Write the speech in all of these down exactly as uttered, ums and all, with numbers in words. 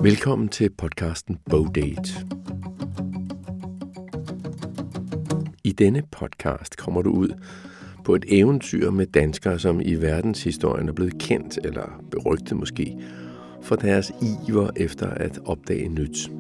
Velkommen til podcasten Bogdate. I denne podcast kommer du ud på et eventyr med danskere, som i verdenshistorien er blevet kendt, eller berygtet måske, for deres iver efter at opdage nyt.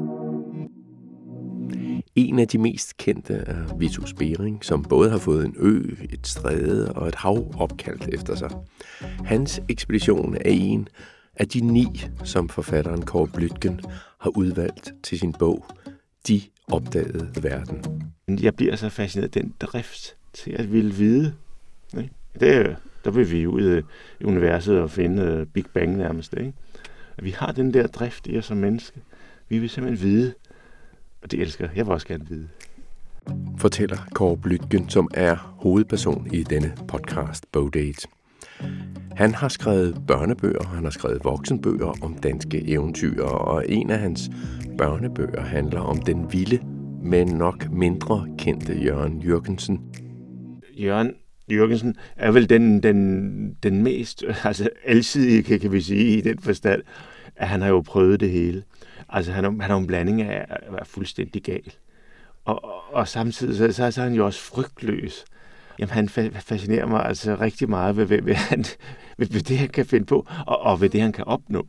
En af de mest kendte er Vitus Bering, som både har fået en ø, et stræde og et hav opkaldt efter sig. Hans ekspedition er en af de ni, som forfatteren Kåre Bluitgen har udvalgt til sin bog De opdagede verden. Jeg bliver så fascineret af den drift til at ville vide. Ikke? Det, der vil vi ud i universet og finde Big Bang nærmest. Ikke? Vi har den der drift i os som menneske. Vi vil simpelthen vide, og det elsker jeg. Jeg vil også gerne vide. Fortæller Kåre Bluitgen, som er hovedperson i denne podcast Bogdate. Han har skrevet børnebøger, han har skrevet voksenbøger om danske eventyr, og en af hans børnebøger handler om den vilde, men nok mindre kendte Jørgen Jürgensen. Jørgen Jürgensen er vel den, den, den mest altså alsidige, kan, kan vi sige, i den forstand, at han har jo prøvet det hele. Altså han er, han er en blanding af at være fuldstændig gal. Og, og, og samtidig så, så er han jo også frygtløs. Jamen, han fascinerer mig altså rigtig meget ved, ved, ved, han, ved, ved det, han kan finde på, og, og ved det, han kan opnå.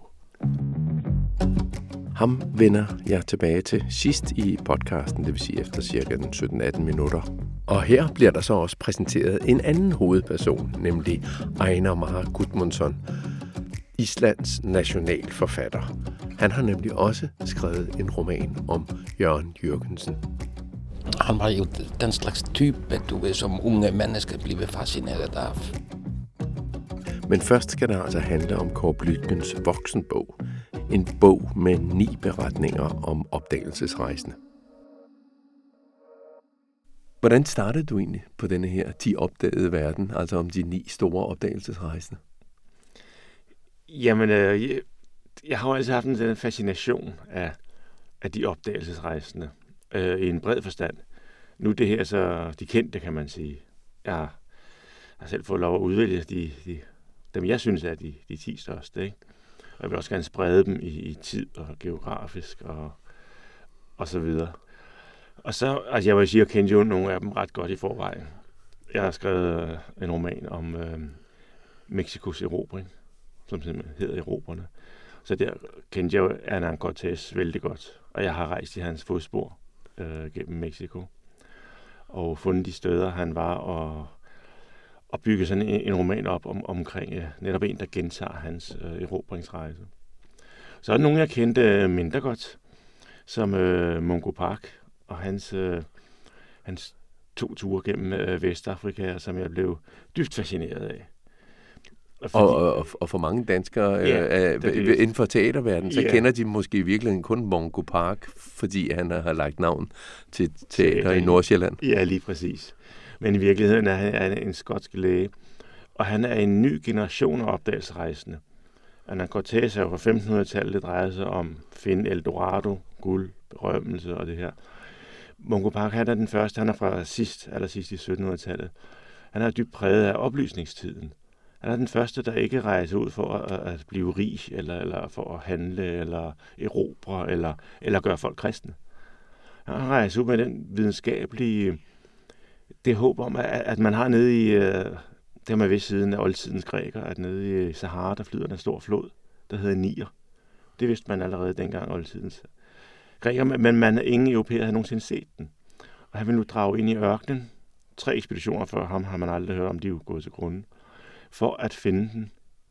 Ham vender jeg tilbage til sidst i podcasten, det vil sige efter cirka sytten atten minutter. Og her bliver der så også præsenteret en anden hovedperson, nemlig Einar Már Guðmundsson, Islands nationalforfatter. Han har nemlig også skrevet en roman om Jørgen Jürgensen. Han var jo den slags type, du ved, som unge mennesker bliver fascineret af. Men først skal det altså handle om Kåre Bluitgens voksenbog. En bog med ni beretninger om opdagelsesrejsende. Hvordan startede du egentlig på denne her De opdagede verden, altså om de ni store opdagelsesrejsende? Jamen, øh, jeg, jeg har jo altid haft en fascination af, af de opdagelsesrejsende. Øh, i en bred forstand. Nu det her så de kendte, kan man sige. Jeg har selv fået lov at udvælge de, de, dem, jeg synes er de, de ti største. Ikke? Og jeg vil også gerne sprede dem i, i tid og geografisk og, og så videre. Og så, altså jeg vil sige, at jeg kendte jo nogle af dem ret godt i forvejen. Jeg har skrevet en roman om øh, Mexikos erobring, som simpelthen hedder Erobrerne. Så der kendte jeg jo Hernán Cortés vældig godt, og jeg har rejst i hans fodspor øh, gennem Mexico og fundet de steder, han var, og, og bygget sådan en, en roman op om, omkring øh, netop en, der gentager hans øh, erobringsrejse. Så er der nogen, jeg kendte mindre godt, som øh, Mungo Park og hans, øh, hans to ture gennem øh, Vestafrika, som jeg blev dybt fascineret af. Fordi, og, og, og for mange danskere ja, øh, øh, inden for teaterverdenen, så ja. kender de måske i virkeligheden kun Mungo Park, fordi han har lagt navn til teater, teater i Nordsjælland. Ja, lige præcis. Men i virkeligheden er han en skotsk læge, og han er en ny generation af opdagelsesrejsende. Hernán Cortés er jo fra femtenhundredetallet, det drejer sig om at finde Eldorado, guld, berømmelse og det her. Mungo Park, han er den første, han er fra sidst, aller sidst i syttenhundredetallet. Han er dybt præget af oplysningstiden. Han er den første, der ikke rejser ud for at, at blive rig, eller, eller for at handle, eller erobre, eller, eller gøre folk kristne. Han rejser ud med den videnskabelige, det håb om, at, at man har nede i, det man ved siden af oldtidens græker, at nede i Sahara, der flyder en stor flod, der hedder Niger. Det vidste man allerede dengang oldtidens græker, men man, ingen europæer havde nogensinde set den. Og han vil nu drage ind i ørkenen. Tre ekspeditioner før ham har man aldrig hørt om, de er jo gået til grunden. For at finde den,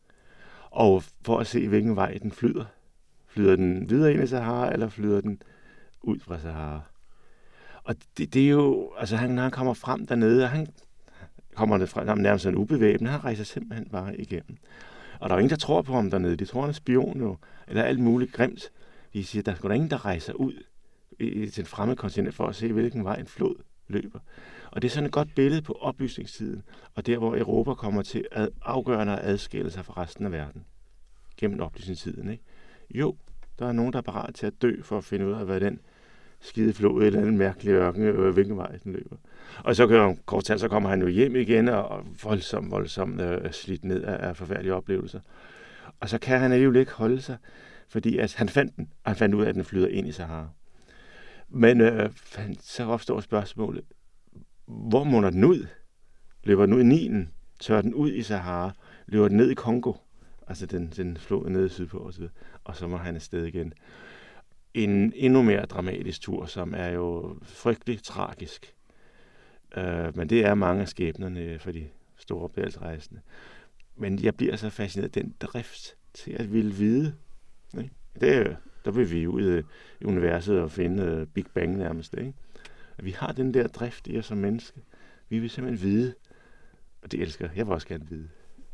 og for at se, hvilken vej den flyder. Flyder den videre ind i Sahara, eller flyder den ud fra Sahara? Og det, det er jo, altså han, når han kommer frem dernede, og han kommer det frem, nærmest en ubevæbnet, han rejser simpelthen bare igennem. Og der er jo ingen, der tror på ham dernede. De tror, han er spion jo, eller alt muligt grimt. De siger, der er der ingen, der rejser ud i, til en fremmed kontinent for at se, hvilken vej en flod løber. Og det er sådan et godt billede på oplysningstiden, og der, hvor Europa kommer til at afgørende at adskille sig fra resten af verden gennem oplysningstiden. Ikke? Jo, der er nogen, der er parat til at dø for at finde ud af, hvad den skide flod eller en mærkelig ørken, øh, hvilken vej den løber. Og så, kan, kort talt, så kommer han jo hjem igen og voldsomt, voldsomt øh, slidt ned af, af forfærdelige oplevelser. Og så kan han alligevel ikke holde sig, fordi altså, han fandt den, og han fandt ud af, at den flyder ind i Sahara. Men øh, så opstår spørgsmålet, hvor munder den ud? Løber den ud i Nilen? Tørrer den ud i Sahara? Løber den ned i Kongo? Altså den, den flod nede sydpå og så videre. Og så må han afsted igen. En endnu mere dramatisk tur, som er jo frygtelig tragisk. Uh, men det er mange af skæbnerne for de store opdagelsesrejsende. Men jeg bliver så fascineret af den drift til at ville vide. Ikke? Det, der vil vi ud i universet og finde Big Bang nærmest. Ikke? Vi har den der drift i os som menneske. Vi vil simpelthen vide. Og det elsker jeg. Jeg vil også gerne vide.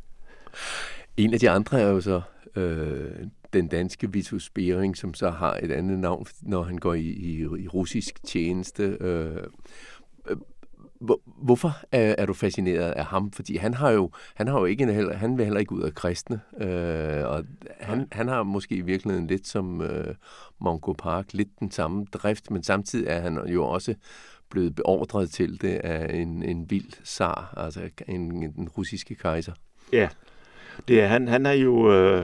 En af de andre er jo så øh, den danske Vitus Bering, som så har et andet navn, når han går i, i, i russisk tjeneste. Øh, øh, hvor, hvorfor er, er du fascineret af ham? Fordi han har jo, han har jo ikke heller, han vil heller ikke ud af kristne, øh, og han, han har måske i virkeligheden lidt som øh, Mungo Park, lidt den samme drift, men samtidig er han jo også blevet beordret til det af en, en vild zar, altså en, en russiske kejser. Ja, det er, han, han er jo øh,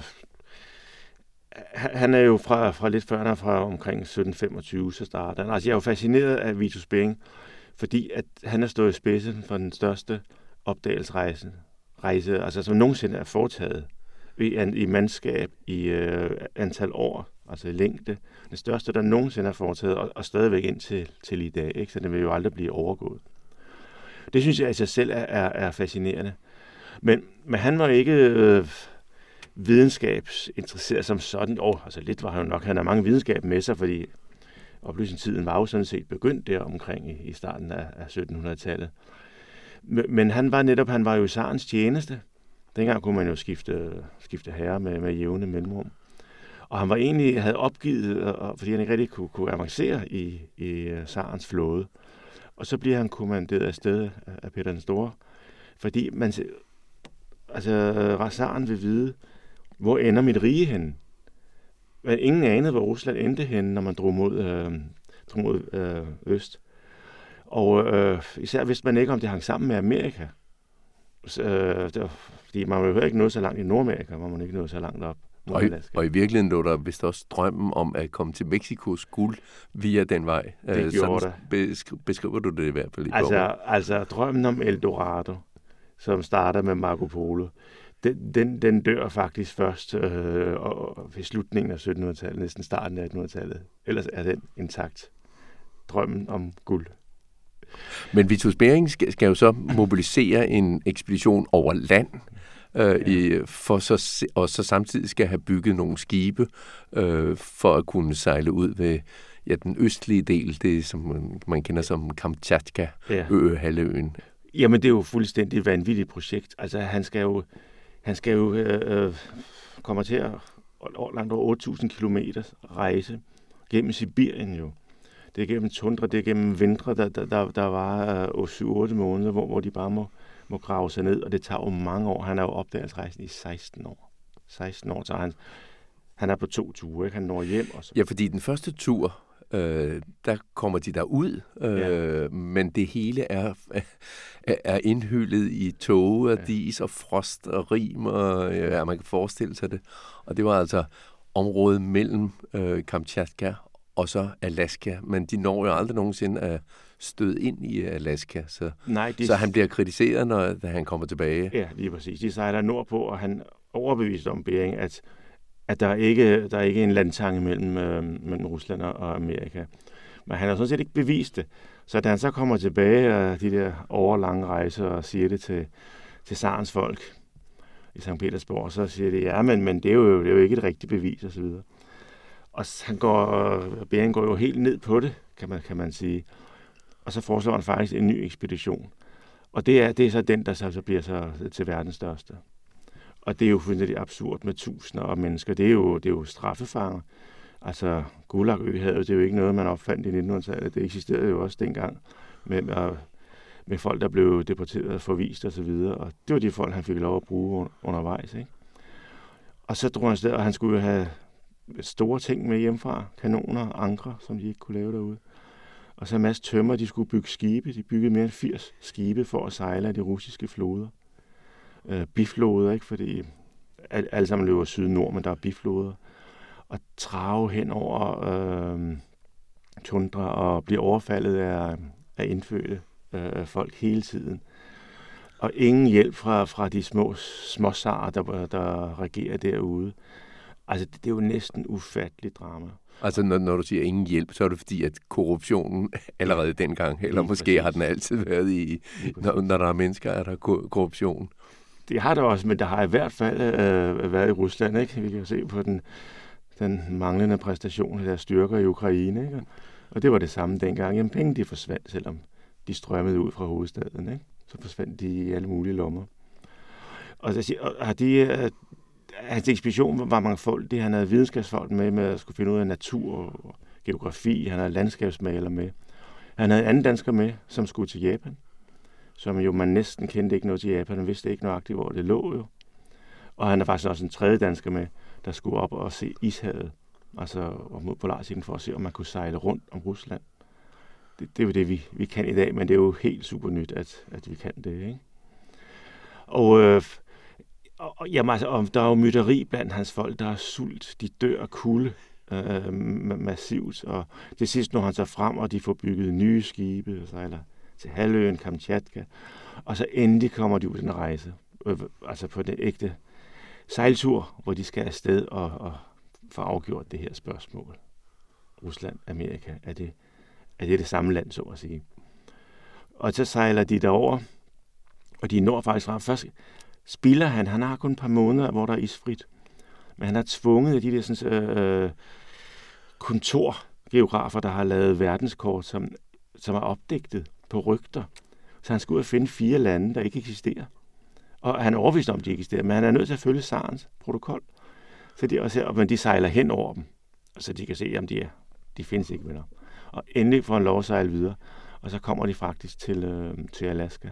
han er jo fra, fra lidt før, han er fra omkring sytten femogtyve, så starter han. Altså jeg er jo fascineret af Vitus Bering, fordi at han har stået i spidsen for den største opdagelsesrejse, rejse, altså som nogensinde er foretaget i, i mandskab, i øh, antal år, altså i længde. Den største, der nogensinde er foretaget, og, og stadigvæk indtil til i dag, ikke? Så den vil jo aldrig blive overgået. Det synes jeg i sig selv er, er, er fascinerende. Men, men han var ikke øh, videnskabsinteresseret som sådan. Oh, altså lidt var han jo nok. Han har mange videnskab med sig, fordi oplysningstiden var jo sådan set begyndt der omkring i, i starten af, af syttenhundredetallet. Men, men han var netop, han var jo i zarens tjeneste. Dengang kunne man jo skifte, skifte herre med, med jævne mellemrum. Og han var egentlig, havde opgivet, fordi han ikke rigtig kunne, kunne avancere i, i zarens flåde. Og så bliver han kommanderet afsted af Peter den Store. Fordi man, altså, zaren vil vide, hvor ender mit rige henne? Men ingen anede, hvor Rusland endte henne, når man drog mod, øh, drog mod øh, øst. Og øh, især vidste man ikke, om det hang sammen med Amerika. Så, øh, det var, fordi man jo ikke nå så langt i Nordamerika, hvor man ikke nåede så langt op. Og i, og i virkeligheden lå der vist også drømmen om at komme til Mexikos guld via den vej. Det gjorde Sådan beskriver du det i hvert fald i altså, bogen. altså drømmen om El Dorado, som starter med Marco Polo, den, den, den dør faktisk først øh, og, ved slutningen af syttenhundredetallet, næsten starten af attenhundredetallet. Ellers er den intakt. Drømmen om guld. Men Vitus Bering skal, skal jo så mobilisere en ekspedition over land, øh, ja. i, for så, og så samtidig skal have bygget nogle skibe, øh, for at kunne sejle ud ved ja, den østlige del, det som man, man kender som Kamchatka, ja. ø-halvøen. Jamen, det er jo fuldstændig et vanvittigt projekt. Altså, han skal jo, han skal jo øh, komme til at langt over otte tusind kilometer rejse gennem Sibirien jo. Det er gennem tundra, det er gennem vintre, der, der, der, der var øh, syv otte måneder, hvor, hvor de bare må, må grave sig ned, og det tager jo mange år. Han er jo opdagelsesrejsen i seksten år. seksten år tager han. Han er på to ture, ikke? Han når hjem. Og så. Ja, fordi den første tur, øh, der kommer de derud, øh, ja. men det hele er, er indhyllet i tåge og ja. dis og frost og rim, og ja, man kan forestille sig det. Og det var altså området mellem øh, Kamchatka og så Alaska, men de når jo aldrig nogensinde at støde ind i Alaska, så, Nej, de... så han bliver kritiseret, når han kommer tilbage. Ja, lige præcis. De sejler nordpå, og han overbeviste om Bering, at, at der ikke der er ikke en landtange mellem, øh, mellem Rusland og Amerika. Men han har sådan set ikke bevist det. Så da han så kommer tilbage af de der overlange rejser og siger det til, til zarens folk i Sankt Petersborg, så siger de, ja, men, men det, er jo, det er jo ikke et rigtigt bevis, og så videre. Og han går, Bering går jo helt ned på det, kan man, kan man sige. Og så foreslår han faktisk en ny ekspedition. Og det er, det er så den, der så, så bliver så til verdens største. Og det er jo fuldstændig absurd med tusinder af mennesker. Det er jo, det er jo straffefanger. Altså, Gulag-øhavet, det er jo ikke noget, man opfandt i nittenhundredetallet. Det eksisterede jo også dengang med, med, med folk, der blev deporteret, forvist og så videre. Og det var de folk, han fik lov at bruge undervejs, ikke? Og så drog han sted, og han skulle jo have store ting med hjemmefra. Kanoner, ankre, som de ikke kunne lave derude. Og så en masse tømmer, de skulle bygge skibe. De byggede mere end firs skibe for at sejle af de russiske floder. Øh, bifloder, ikke? Fordi alle sammen løber syd-nord, men der er bifloder. at trage hen over øh, tundra og blive overfaldet af, af indfødte øh, folk hele tiden. Og ingen hjælp fra, fra de små småsager, der, der regerer derude. Altså, det, det er jo næsten ufatteligt drama. Altså, når, når du siger ingen hjælp, så er det fordi, at korruptionen allerede dengang, eller Lige måske præcis. har den altid været i, når, når der er mennesker, er der korruption. Det har der også, men der har i hvert fald øh, været i Rusland, ikke? Vi kan jo se på den, den manglende præstation af deres styrker i Ukraine, ikke? Og det var det samme dengang. Jamen, penge, de forsvandt, selvom de strømmede ud fra hovedstaden, ikke? Så forsvandt de i alle mulige lommer. Og, så, og de, øh, hans ekspedition var mangfoldig. Han havde videnskabsfolk med, med at skulle finde ud af natur og geografi. Han havde landskabsmaler med. Han havde en anden dansker med, som skulle til Japan. Som jo man næsten kendte ikke noget til Japan. Han vidste ikke nøjagtigt, hvor det lå jo. Og han er faktisk også en tredje dansker med, der skulle op og se Ishavet. Altså op mod Polarcirklen for at se, om man kunne sejle rundt om Rusland. Det, det er jo det, vi, vi kan i dag, men det er jo helt super nyt, at, at vi kan det, ikke? Og, øh, og jamen, altså, og der er jo mytteri blandt hans folk, der er sult, de dør af kulde øh, massivt, og til sidst når han så frem, og de får bygget nye skibe, og sejler til halvøen, Kamchatka, og så endelig kommer de ud den rejse, øh, altså på den ægte sejltur, hvor de skal afsted og, og få afgjort det her spørgsmål. Rusland, Amerika, er det, er det det samme land, så at sige. Og så sejler de derover, og de når faktisk frem. Først spilder han, han har kun et par måneder, hvor der er isfrit, men han har tvunget de der sådan, øh, kontorgeografer, der har lavet verdenskort, som, som er opdigtet på rygter. Så han skal ud og finde fire lande, der ikke eksisterer. Og han er overbevist om, de eksisterer, men han er nødt til at følge Tsarens protokol. Så de også her, men de sejler hen over dem, så de kan se, om de er. De findes ikke med. Og endelig får han lov at sejle videre, og så kommer de faktisk til, øh, til Alaska.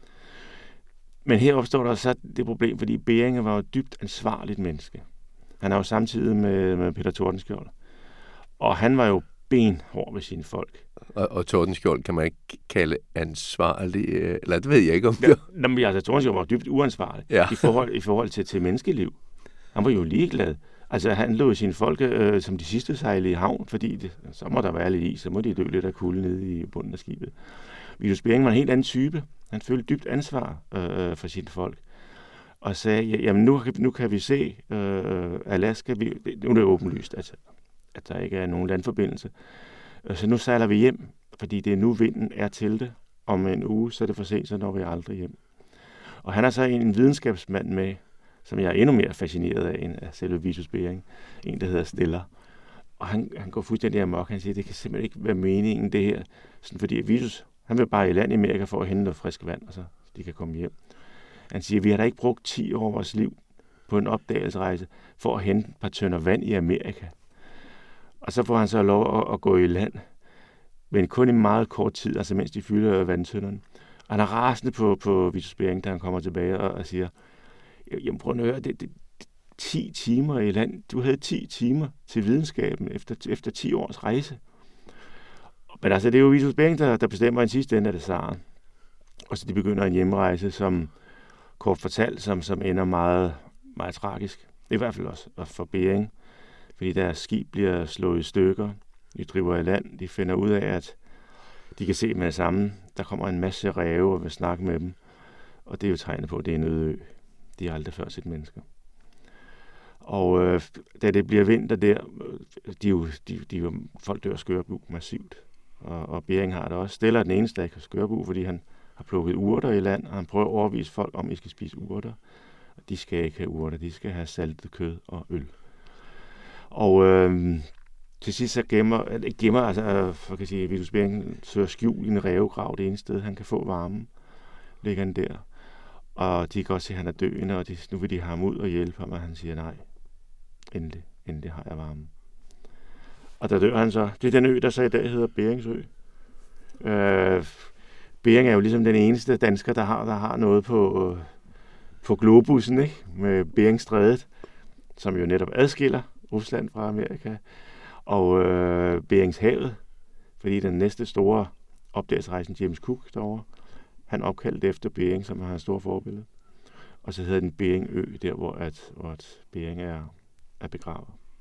Men her opstår der så det problem, fordi Bering var jo et dybt ansvarligt menneske. Han er jo samtidig med, med Peter Tordenskjold. Og han var jo benhård ved sine folk. Og, og Tordenskjold kan man ikke kalde ansvarlig, eller det ved jeg ikke om det. Ja, men altså, Tordenskjold var dybt uansvarlig ja. i forhold, i forhold til, til menneskeliv. Han var jo ligeglad. Altså, han lå sine folk øh, som de sidste sejle i havn, fordi det, så må der være lidt is, så må de dø lidt af kulde nede i bunden af skibet. Vitus Bering var en helt anden type. Han følte dybt ansvar øh, for sine folk. Og sagde, jamen nu, nu kan vi se øh, Alaska, vi, nu er det åbenlyst, at, at der ikke er nogen landforbindelse. Så nu sejler vi hjem, fordi det er nu vinden er til det. Om en uge, så er det for sent, så når vi aldrig hjem. Og han er så en videnskabsmand med, som jeg er endnu mere fascineret af, end af selve Vitus Bering. En, der hedder Stiller. Og han, han går fuldstændig amok. Han siger, det kan simpelthen ikke være meningen, det her. Sådan, fordi Vitus, han vil bare i land i Amerika for at hente noget frisk vand, og så de kan komme hjem. Han siger, vi har da ikke brugt ti år af vores liv på en opdagelsesrejse for at hente et par tønder vand i Amerika. Og så får han så lov at, at gå i land, men kun i meget kort tid, altså mens de fylder vandtønderne. Og han er rasende på, på Vitus Bering, da han kommer tilbage og, og siger, jamen prøv at høre, det, det, ti timer i land. Du havde ti timer til videnskaben efter, efter ti års rejse. Men altså, det er jo Vitus Bering, der, der bestemmer en sidste ende af det Tsaren. Og så de begynder en hjemrejse, som kort fortalt, som, som ender meget, meget tragisk. I hvert fald også for Bering, fordi deres skib bliver slået i stykker. De driver i land. De finder ud af, at de kan se med det samme. Der kommer en masse ræve og vil snakke med dem. Og det er jo tegnet på, at det er en øde ø. De har aldrig før set mennesker. Og øh, da det bliver vinter der, de jo, de, de jo, folk dør skørbu massivt. Og, og Bering har det også. Stiller er den eneste, der ikke har skørbu, fordi han har plukket urter i land, og han prøver at overvise folk om, at I skal spise urter. De skal ikke have urter, de skal have saltet kød og øl. Og øh, til sidst så gemmer, gemmer altså, for kan sige, Vitus Bering søger skjul i en rævegrav, det eneste sted, han kan få varmen, ligger han der. Og de kan også se, at han er døende, og de, nu vil de have ham ud og hjælpe ham, og han siger nej. Endelig, endelig har jeg varmen. Og der dør han så. Det er den ø, der så i dag hedder Beringsø. Øh, Bering er jo ligesom den eneste dansker, der har, der har noget på, på globussen, ikke? Med Beringstrædet, som jo netop adskiller Rusland fra Amerika, og øh, Beringshavet, fordi den næste store opdagelsesrejsen, James Cook derovre, han opkaldte efter Bering, som har en stor forbillede. Og så hedder den Beringø, der hvor, at, hvor at Bering er, er begravet.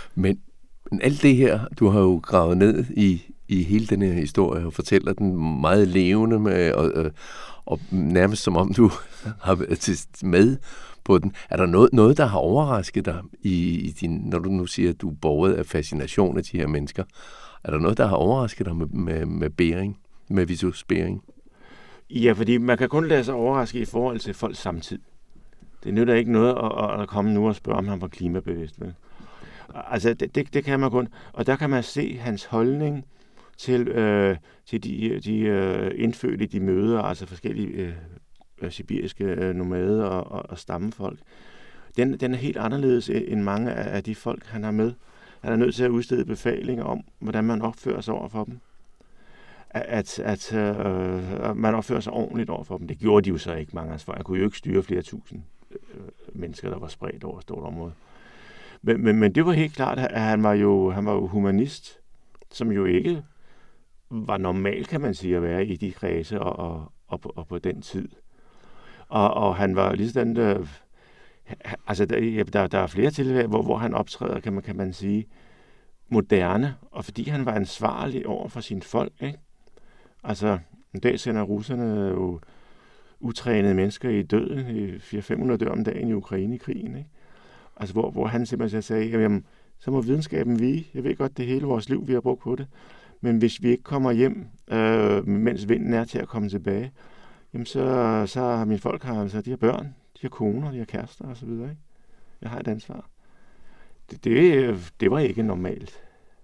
Men, men alt det her, du har jo gravet ned i, i hele den her historie og fortæller den meget levende med, og, og, og nærmest som om du har været med på den. Er der noget, noget der har overrasket dig, i, i din, når du nu siger, at du er båret af fascination af de her mennesker? Er der noget, der har overrasket dig med, med, med Bering, med Vitus Bering? Ja, fordi man kan kun lade sig overraske i forhold til folks samtid. Det nytter ikke noget at, at komme nu og spørge, om han var klimabevidst. Vel? Altså, det, det, det kan man kun. Og der kan man se hans holdning til, øh, til de, de øh, indfødte, de møder, altså forskellige øh, sibiriske øh, nomader og, og, og stammefolk. Den, den er helt anderledes end mange af, af de folk, han har med. Han er nødt til at udstede befalinger om, hvordan man opfører sig over for dem. At, at øh, man opfører sig ordentligt over for dem. Det gjorde de jo så ikke mange af os. Jeg kunne jo ikke styre flere tusind øh, mennesker, der var spredt over et stort område. Men, men, men det var helt klart, at han var jo, han var jo humanist, som jo ikke var normalt, kan man sige, at være i de kredse og, og, og, på, og på den tid. Og, og han var lige sådan, øh, altså der, der, der er flere tilfælde, hvor, hvor han optræder, kan man, kan man sige, moderne, og fordi han var ansvarlig over for sine folk, ikke? Altså, en dag sender russerne jo utrænede mennesker i døden, i fire til fem hundrede dør om dagen i Ukraine-krigen, ikke? Altså, hvor, hvor han simpelthen sagde, jamen, så må videnskaben vige. Jeg ved godt, det hele vores liv, vi har brugt på det. Men hvis vi ikke kommer hjem, øh, mens vinden er til at komme tilbage, jamen, så, så har mine folk har, altså, de har børn, de har koner, de har kærester og så videre, ikke? Jeg har et ansvar. Det, det, det var ikke normalt.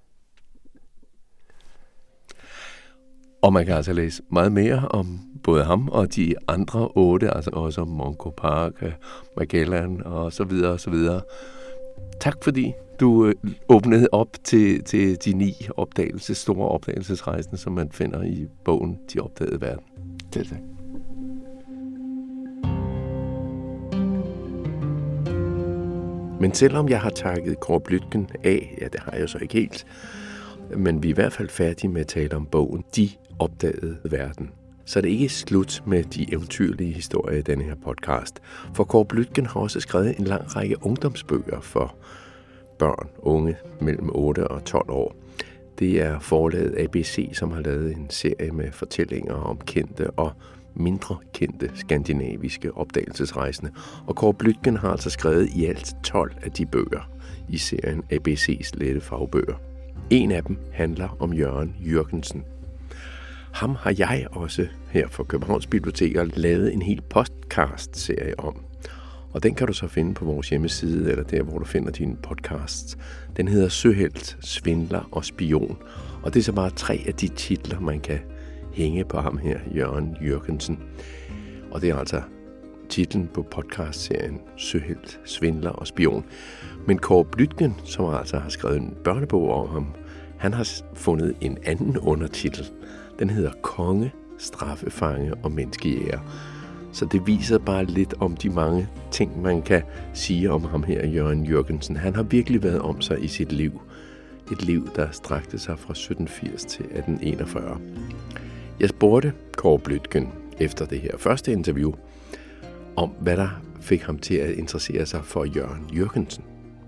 Og man kan altså læse meget mere om både ham og de andre otte, altså også om Mungo Park, Magellan og så videre og så videre. Tak fordi du åbnede op til, til de ni opdagelses, store opdagelsesrejsende, som man finder i bogen De opdagede verden. Selv tak. Men selvom jeg har takket Kåre Bluitgen af, ja, det har jeg så ikke helt, men vi er i hvert fald færdige med at tale om bogen De opdagede verden. Så er det ikke slut med de eventyrlige historier i denne her podcast, for Kåre Bluitgen har også skrevet en lang række ungdomsbøger for børn, unge mellem otte og tolv år. Det er forlaget A B C, som har lavet en serie med fortællinger om kendte og mindre kendte skandinaviske opdagelsesrejsende, og Kåre Bluitgen har altså skrevet i alt tolv af de bøger i serien A B C's lette fagbøger. En af dem handler om Jørgen Jürgensen. Ham har jeg også her for Københavns Biblioteker lavet en hel podcast-serie om. Og den kan du så finde på vores hjemmeside, eller der, hvor du finder dine podcasts. Den hedder Søhelt, Svindler og Spion. Og det er så bare tre af de titler, man kan hænge på ham her, Jørgen Jürgensen. Og det er altså titlen på podcastserien Søhelt, Svindler og Spion. Men Kåre Bluitgen, som altså har skrevet en børnebog om ham, han har fundet en anden undertitel. Den hedder Konge, Straffefange og Menneskejæger. Så det viser bare lidt om de mange ting, man kan sige om ham her, Jørgen Jürgensen. Han har virkelig været om sig i sit liv. Et liv, der strakte sig fra sytten firs til atten enogfyrre. Jeg spurgte Kåre Bluitgen efter det her første interview, om hvad der fik ham til at interessere sig for Jørgen Jürgensen.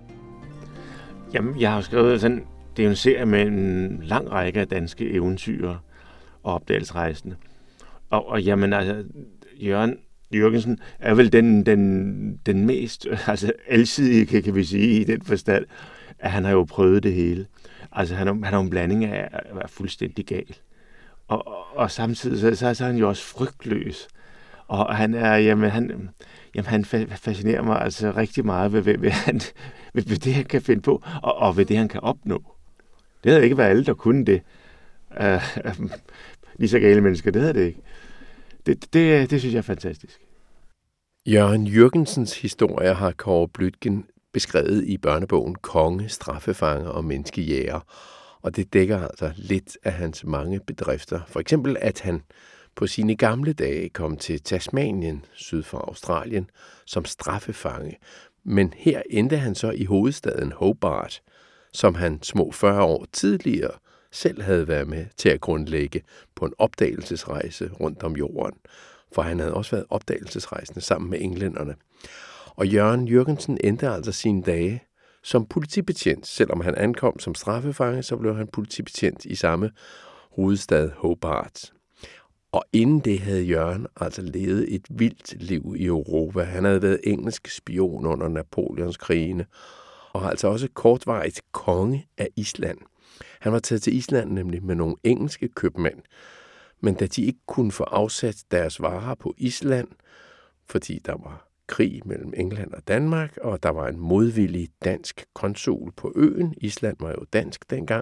Jamen, jeg har skrevet sådan, det er jo en serie med en lang række af danske eventyr og opdagelsesrejsende. Og, og jamen, altså, Jørgen Jürgensen er vel den, den, den mest altså, alsidige, kan, kan vi sige, i den forstand, at han har jo prøvet det hele. Altså, han er, han er en blanding af at være fuldstændig gal. Og, og, og samtidig så, så, så er han jo også frygtløs. Og han er, jamen, han, jamen, han fascinerer mig altså rigtig meget ved, ved, ved, han, ved, ved det, han kan finde på, og, og ved det, han kan opnå. Det havde ikke været alle, der kunne det. Uh, uh, lige så gale mennesker, det havde det ikke. Det, det, det synes jeg er fantastisk. Jørgen Jürgensens historie har Kåre Bluitgen beskrevet i børnebogen Konge, Straffefanger og Menneskejæger. Og det dækker altså lidt af hans mange bedrifter. For eksempel, at han på sine gamle dage kom til Tasmanien, syd for Australien, som straffefange. Men her endte han så i hovedstaden Hobart, som han små fyrre år tidligere selv havde været med til at grundlægge på en opdagelsesrejse rundt om jorden. For han havde også været opdagelsesrejsende sammen med englænderne. Og Jørgen Jürgensen endte altså sine dage som politibetjent. Selvom han ankom som straffefange, så blev han politibetjent i samme hovedstad Hobart. Og inden det havde Jørgen altså levet et vildt liv i Europa. Han havde været engelsk spion under Napoleonskrigene, og altså også kortvarigt konge af Island. Han var taget til Island nemlig med nogle engelske købmænd, men da de ikke kunne få afsat deres varer på Island, fordi der var krig mellem England og Danmark, og der var en modvillig dansk konsul på øen, Island var jo dansk dengang,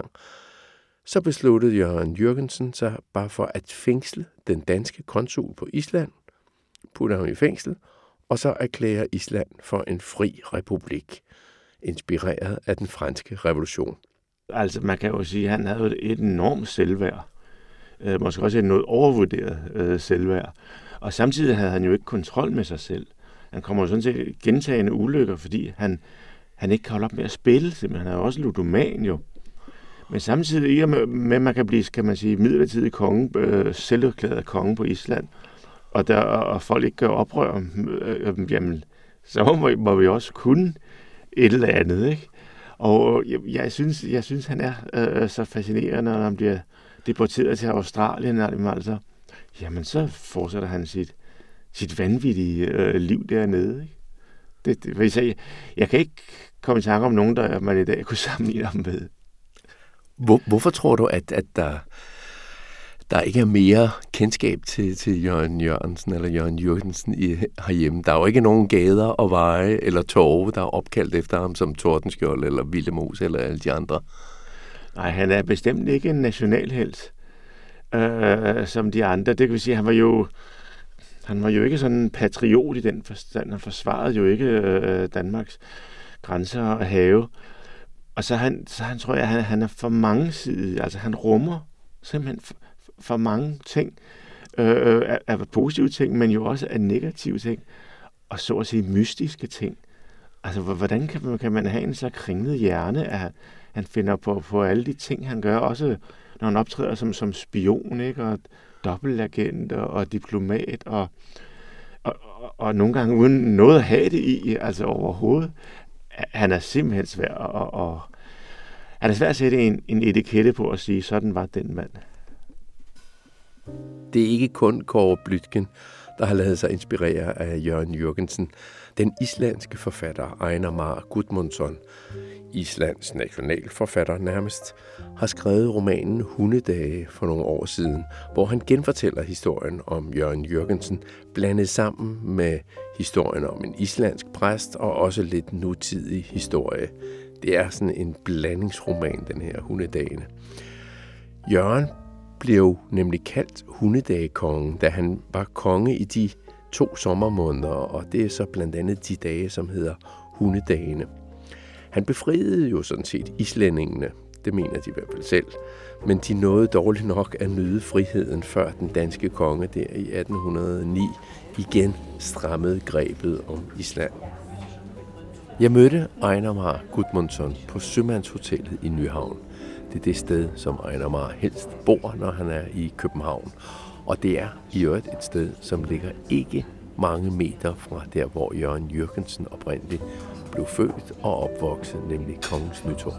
så besluttede Jørgen Jürgensen sig bare for at fængsle den danske konsul på Island, putte ham i fængsel, og så erklære Island for en fri republik, inspireret af den franske revolution. Altså man kan jo sige, at han havde et enormt selvværd. Øh, måske også et noget overvurderet øh, selvværd. Og samtidig havde han jo ikke kontrol med sig selv. Han kommer jo sådan til gentagende ulykker, fordi han, han ikke kan holde op med at spille. Men han er jo også ludoman jo. Men samtidig ikke med, med at man kan blive, kan man sige, midlertidig konge, øh, selverklæret konge på Island, og, der, og folk ikke gør oprør, øh, jamen, så må, må vi også kunne et eller andet, ikke? Og jeg, jeg, synes, jeg synes, han er øh, så fascinerende, når han bliver deporteret til Australien, altså, jamen så fortsætter han sit, sit vanvittige øh, liv dernede, ikke? Det, det, hvis jeg, jeg kan ikke komme i tanke om nogen, der man i dag kunne sammenligne ham med. Hvor, hvorfor tror du, at, at der, der ikke er mere kendskab til, til Jørgen Jørgensen eller Jørgen Jürgensen i, herhjemme? Der er jo ikke nogen gader og veje eller torve, der er opkaldt efter ham som Tordenskjold eller Villemos eller alle de andre. Nej, han er bestemt ikke en nationalhelt øh, som de andre. Det kan vi sige, han var jo han var jo ikke sådan en patriot i den forstand. Han forsvarede jo ikke øh, Danmarks grænser og have. Og så han, så han tror jeg, han, han er for mangesidig. Altså han rummer simpelthen for, for mange ting. Øh, af, af positive ting, men jo også af negative ting. Og så at sige mystiske ting. Altså hvordan kan man, kan man have en så kringlet hjerne, at han finder på, på alle de ting, han gør. Også når han optræder som, som spion, ikke? Og dobbeltagent og, og diplomat. Og, og, og, og nogle gange uden noget at have det i, altså overhovedet. Han er simpelthen svær at, og, han er svær at sætte en, en etikette på at sige, sådan var den mand. Det er ikke kun Kåre Blytgen, der har ladet sig inspirere af Jørgen Jürgensen. Den islandske forfatter Einar Már Guðmundsson, Islands nationalforfatter nærmest, har skrevet romanen Hundedage for nogle år siden, hvor han genfortæller historien om Jørgen Jürgensen, blandet sammen med historien om en islandsk præst og også lidt nutidig historie. Det er sådan en blandingsroman, den her Hundedagene. Jørgen blev nemlig kaldt Hundedagekongen, da han var konge i de to sommermåneder, og det er så blandt andet de dage, som hedder Hundedagene. Han befriede jo sådan set islændingene, det mener de i hvert fald selv, men de nåede dårligt nok at nyde friheden, før den danske konge der i atten hundrede og ni igen strammede grebet om Island. Jeg mødte Einar Már Guðmundsson på Sømandshotellet i Nyhavn. Det er det sted, som Einar Már helst bor, når han er i København. Og det er i øvrigt et sted, som ligger ikke mange meter fra der, hvor Jørgen Jürgensen oprindeligt blev født og opvokset, nemlig Kongens Nytorv.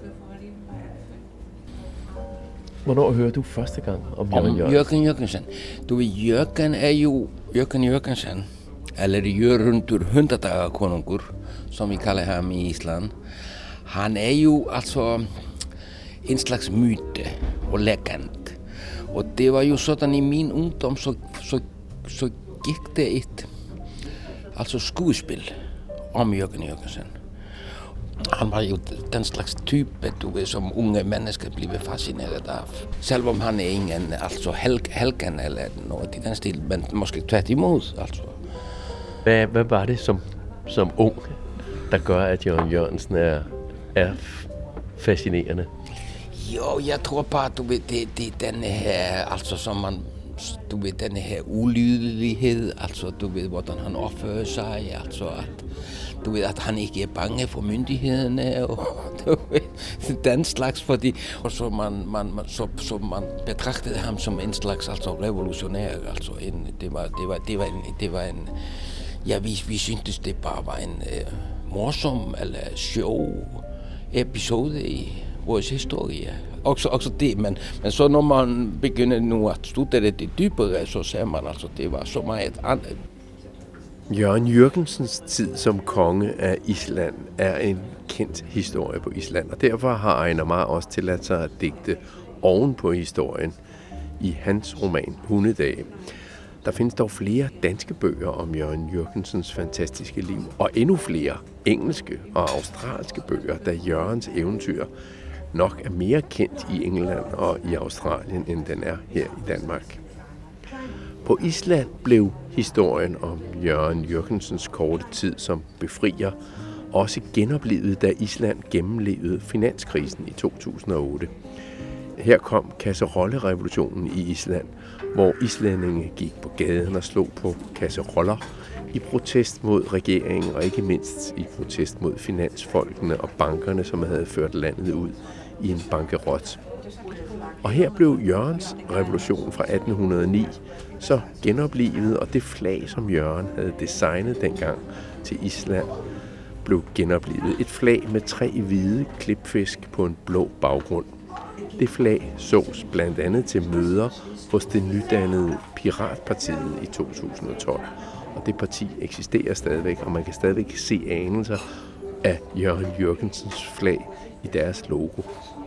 Hvornår hører du første gang om Jørgen Jørgensen? Jørgen Jürgensen. Du ved, Jørgen er jo Jørgen Jürgensen, eller Jørundur hundadagerkonungur, som vi kalder ham i Island. Han er jo altså en slags myte og legend. Og det var jo sådan i min ungdom, så, så, så gik det et altså skuespil om Jørgen Jürgensen. Han var jo den slags type, du ved, som unge mennesker bliver fascineret af. Selvom han er ingen altså helg, helgen eller noget i den stil, men måske tværtimod, altså. Hvad, hvad var det som, som ung, der gør, at Jørgen Jørgensen er, er fascinerende? Jo, jeg tror bare, du ved, det, det er denne her, altså som man, du ved, denne her ulydighed, altså du ved, hvordan han opfører sig, altså at, du ved, at han ikke er bange for myndighederne, og du ved, den slags, fordi, og så man, man, man, så, så man betragtede ham som en slags, altså revolutionær, altså en, det var, det var, det var en, det var en, ja, vi, vi syntes, det bare var en uh, morsom, eller show, episode i vores historie. Også, også det, men, men så når man begynder nu at studere det dybere, så ser man altså, det var så meget andet. Jørgen Jürgensens tid som konge af Island er en kendt historie på Island, og derfor har Einar Már også tilladt sig at digte oven på historien i hans roman Hundedage. Der findes dog flere danske bøger om Jørgen Jürgensens fantastiske liv, og endnu flere engelske og australske bøger, da Jørgens eventyr nok er mere kendt i England og i Australien, end den er her i Danmark. På Island blev historien om Jørgen Jürgensens korte tid som befrier også genoplevet, da Island gennemlevede finanskrisen i to tusind og otte. Her kom kasserollerevolutionen i Island, hvor islændinge gik på gaden og slog på kasseroller i protest mod regeringen og ikke mindst i protest mod finansfolkene og bankerne, som havde ført landet ud i en bankerot. Og her blev Jørgens revolution fra atten hundrede og ni så genoplivet, og det flag, som Jørgen havde designet dengang til Island, blev genoplivet. Et flag med tre hvide klipfisk på en blå baggrund. Det flag sås blandt andet til møder hos det nydannede Piratpartiet i to tusind og tolv. Og det parti eksisterer stadigvæk, og man kan stadigvæk se anelser af Jørgen Jürgensens flag i deres logo.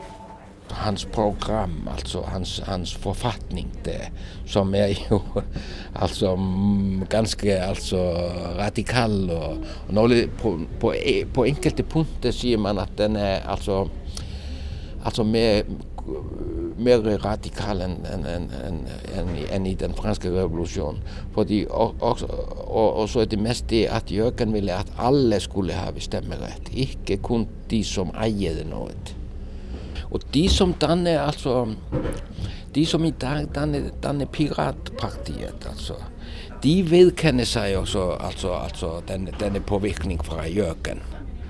Hans program, altså hans, hans forfatning, der, som er jo altså ganske altså radikal, og, og nogle, på, på, på enkelte punkter siger man, at den er altså, altså mere, mere radikal end, end, end, end, end i den franske revolution. Fordi, og, og, og, og så er det mest det, at Jørgen ville, at alle skulle have stemmeret, ikke kun de, som ejede noget. Og de som danner, altså, de som i dag danner, danner piratpartiet, altså, de vedkender sig også altså, altså, den, denne påvirkning fra Jørgen.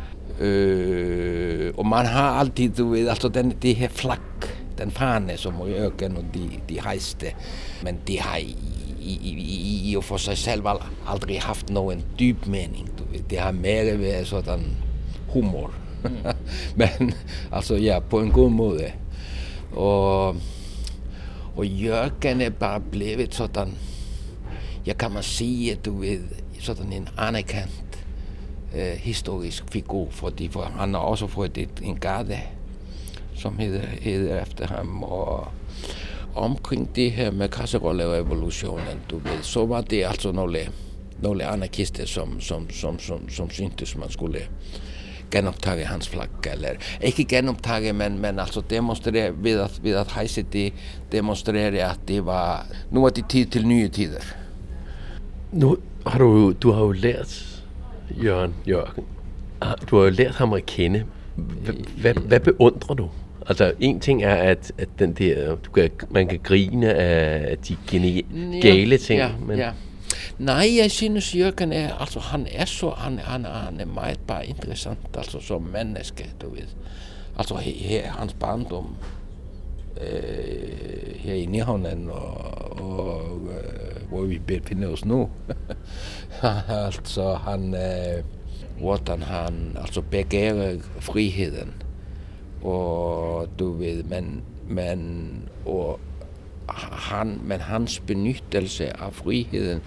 Øh, og man har altid, du ved, altså, den, det her flag, den fane, som Jørgen og de, de hejste, men de har i, i, i, i og for sig selv aldrig haft nogen dyb mening, du ved. Det har mere været sådan humor. Mm. Men altså ja, på en god måde. Og, og Jørgen er bare blevet sådan, jeg kan man sige, at du ved, sådan en anerkendt øh, historisk figur, fordi for han har også fået et, en garde, som hedder, hedder efter ham, og omkring det her med kasserollerevolutionen, du ved, så var det altså nogle, nogle anarkister, som, som, som, som, som syntes, man skulle genoptage hans flag, eller ikke genoptage, men, men altså demonstrere, ved at, ved at hejse det, demonstrere, at det var, nu var det tid til nye tider. Nu har du, du har jo lært Jørgen Jørgen. Du har jo lært ham at kende. Hvad, hvad beundrer du? Altså, en ting er, at, at den der, du kan, man kan grine af de geniale ting, ja, men... Ja. Nej, jeg synes Jørgen er, altså han er så, han, han, han er meget bare interessant, altså som menneske, du ved. Altså her, hans barndom, øh, her i Nyhavnen, og, og øh, hvor vi befinder os nu. Altså han, øh, hvordan han, altså begærer friheden, og du ved, men, men, og han, men hans benyttelse af friheden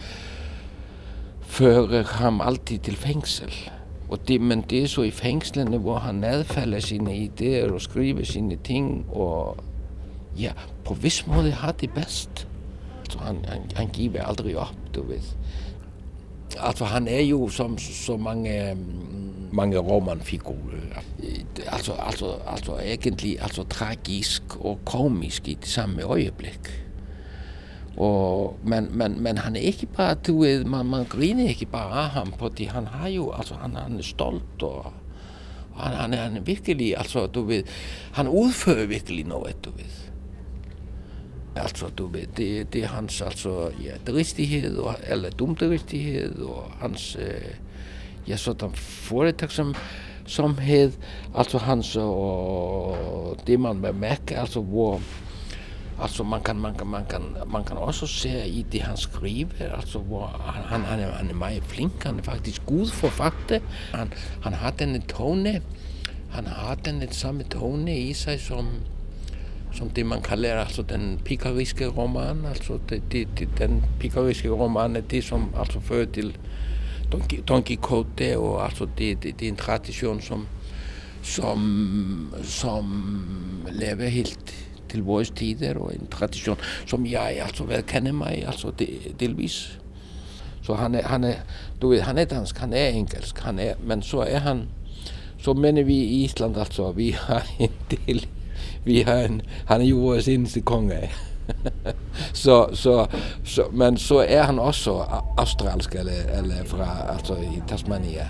fører ham altid til fængsel. Og det, men det er så i fængslerne, hvor han nedfælder sine idéer og skriver sine ting, og ja, på vis måde har det bedst. Så han, han, han giver aldrig op, du ved. Altså han er jo som så mange, mange romanfigurer. Altså, altså, altså egentlig altså, tragisk og komisk i det samme øjeblik. Og, men, men, men han er ikke bare, du ved, man, man griner ikke bare af ham, fordi han har jo, altså han, han er stolt, og han, han, er, han er virkelig, altså du ved, han udfører virkelig noget, du ved. Altså du ved, det, det er hans, altså, ja, dristighed, og, eller dumdristighed, og hans, øh, ja, sådan foretagsomhed, altså hans, og det man bemærker, altså hvor, altså man kan, man kan, man kan, man kan også se i det han skriver, altså hvor han, han, er, han er meget flink, han er faktisk god forfatter, han, han har denne tone, han har den lidt samme tone i sig som, som det man kalder altså den pikariske roman. Altså det, det, det, den pikariske roman er det som altså fører til Don, Don Quixote, og altså det, det, det er en tradition som som som lever helt til vores tider, og en tradition som jeg altså vedkender mig altså det, delvis. Så han er, han er, du ved, han er dansk, han er engelsk, han er, men så er han, så mener vi i Island altså, vi har en del, vi har en, han er jo vores eneste konge. så, så, så, men så er han også australsk, eller, eller fra, altså i Tasmania.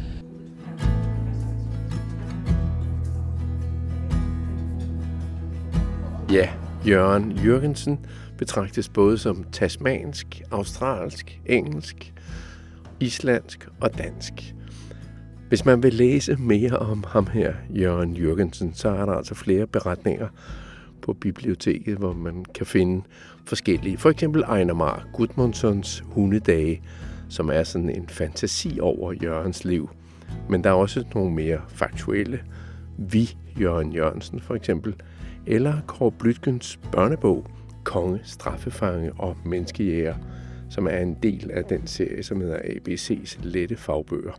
Ja, Jørgen Jürgensen betragtes både som tasmansk, australsk, engelsk, islandsk og dansk. Hvis man vil læse mere om ham her, Jørgen Jürgensen, så er der altså flere beretninger på biblioteket, hvor man kan finde forskellige. For eksempel Einar Már Guðmundssons Hundedage, som er sådan en fantasi over Jørgens liv. Men der er også nogle mere faktuelle. Vi, Jørgen Jørgensen for eksempel, eller Kåre Bluitgens børnebog, Konge, straffefange og menneskejæger, som er en del af den serie, som hedder A B C's lette fagbøger.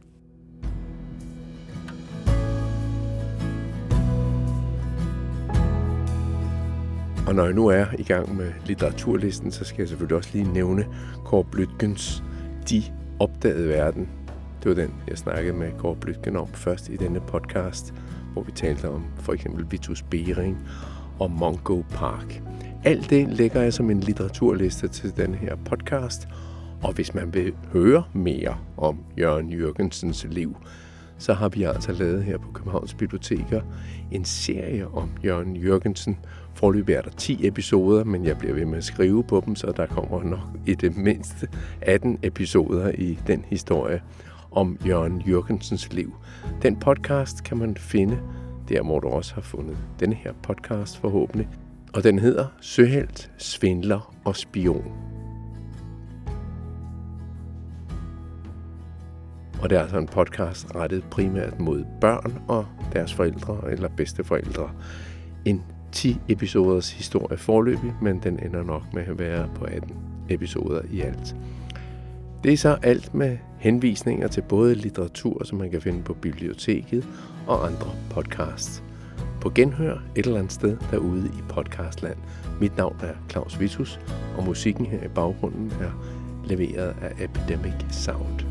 Og når jeg nu er i gang med litteraturlisten, så skal jeg selvfølgelig også lige nævne Kåre Bluitgens De opdagede verden. Det var den, jeg snakkede med Kåre Bluitgen om først i denne podcast, hvor vi talte om for eksempel Vitus Bering og Mungo Park. Alt det lægger jeg som en litteraturliste til denne her podcast, og hvis man vil høre mere om Jørgen Jürgensens liv, så har vi altså lavet her på Københavns Biblioteker en serie om Jørgen Jürgensen. Foreløbig er der ti episoder, men jeg bliver ved med at skrive på dem, så der kommer nok i det mindste atten episoder i den historie om Jørgen Jürgensens liv. Den podcast kan man finde der, hvor du også har fundet denne her podcast forhåbentlig. Og den hedder Søhelt, Svindler og Spion. Og det er altså en podcast rettet primært mod børn og deres forældre eller bedsteforældre. En ti episoders historie foreløbig, men den ender nok med at være på atten episoder i alt. Det er så alt med henvisninger til både litteratur, som man kan finde på biblioteket, og andre podcasts. På genhør et eller andet sted derude i podcastland. Mit navn er Claus Vitus, og musikken her i baggrunden er leveret af Epidemic Sound.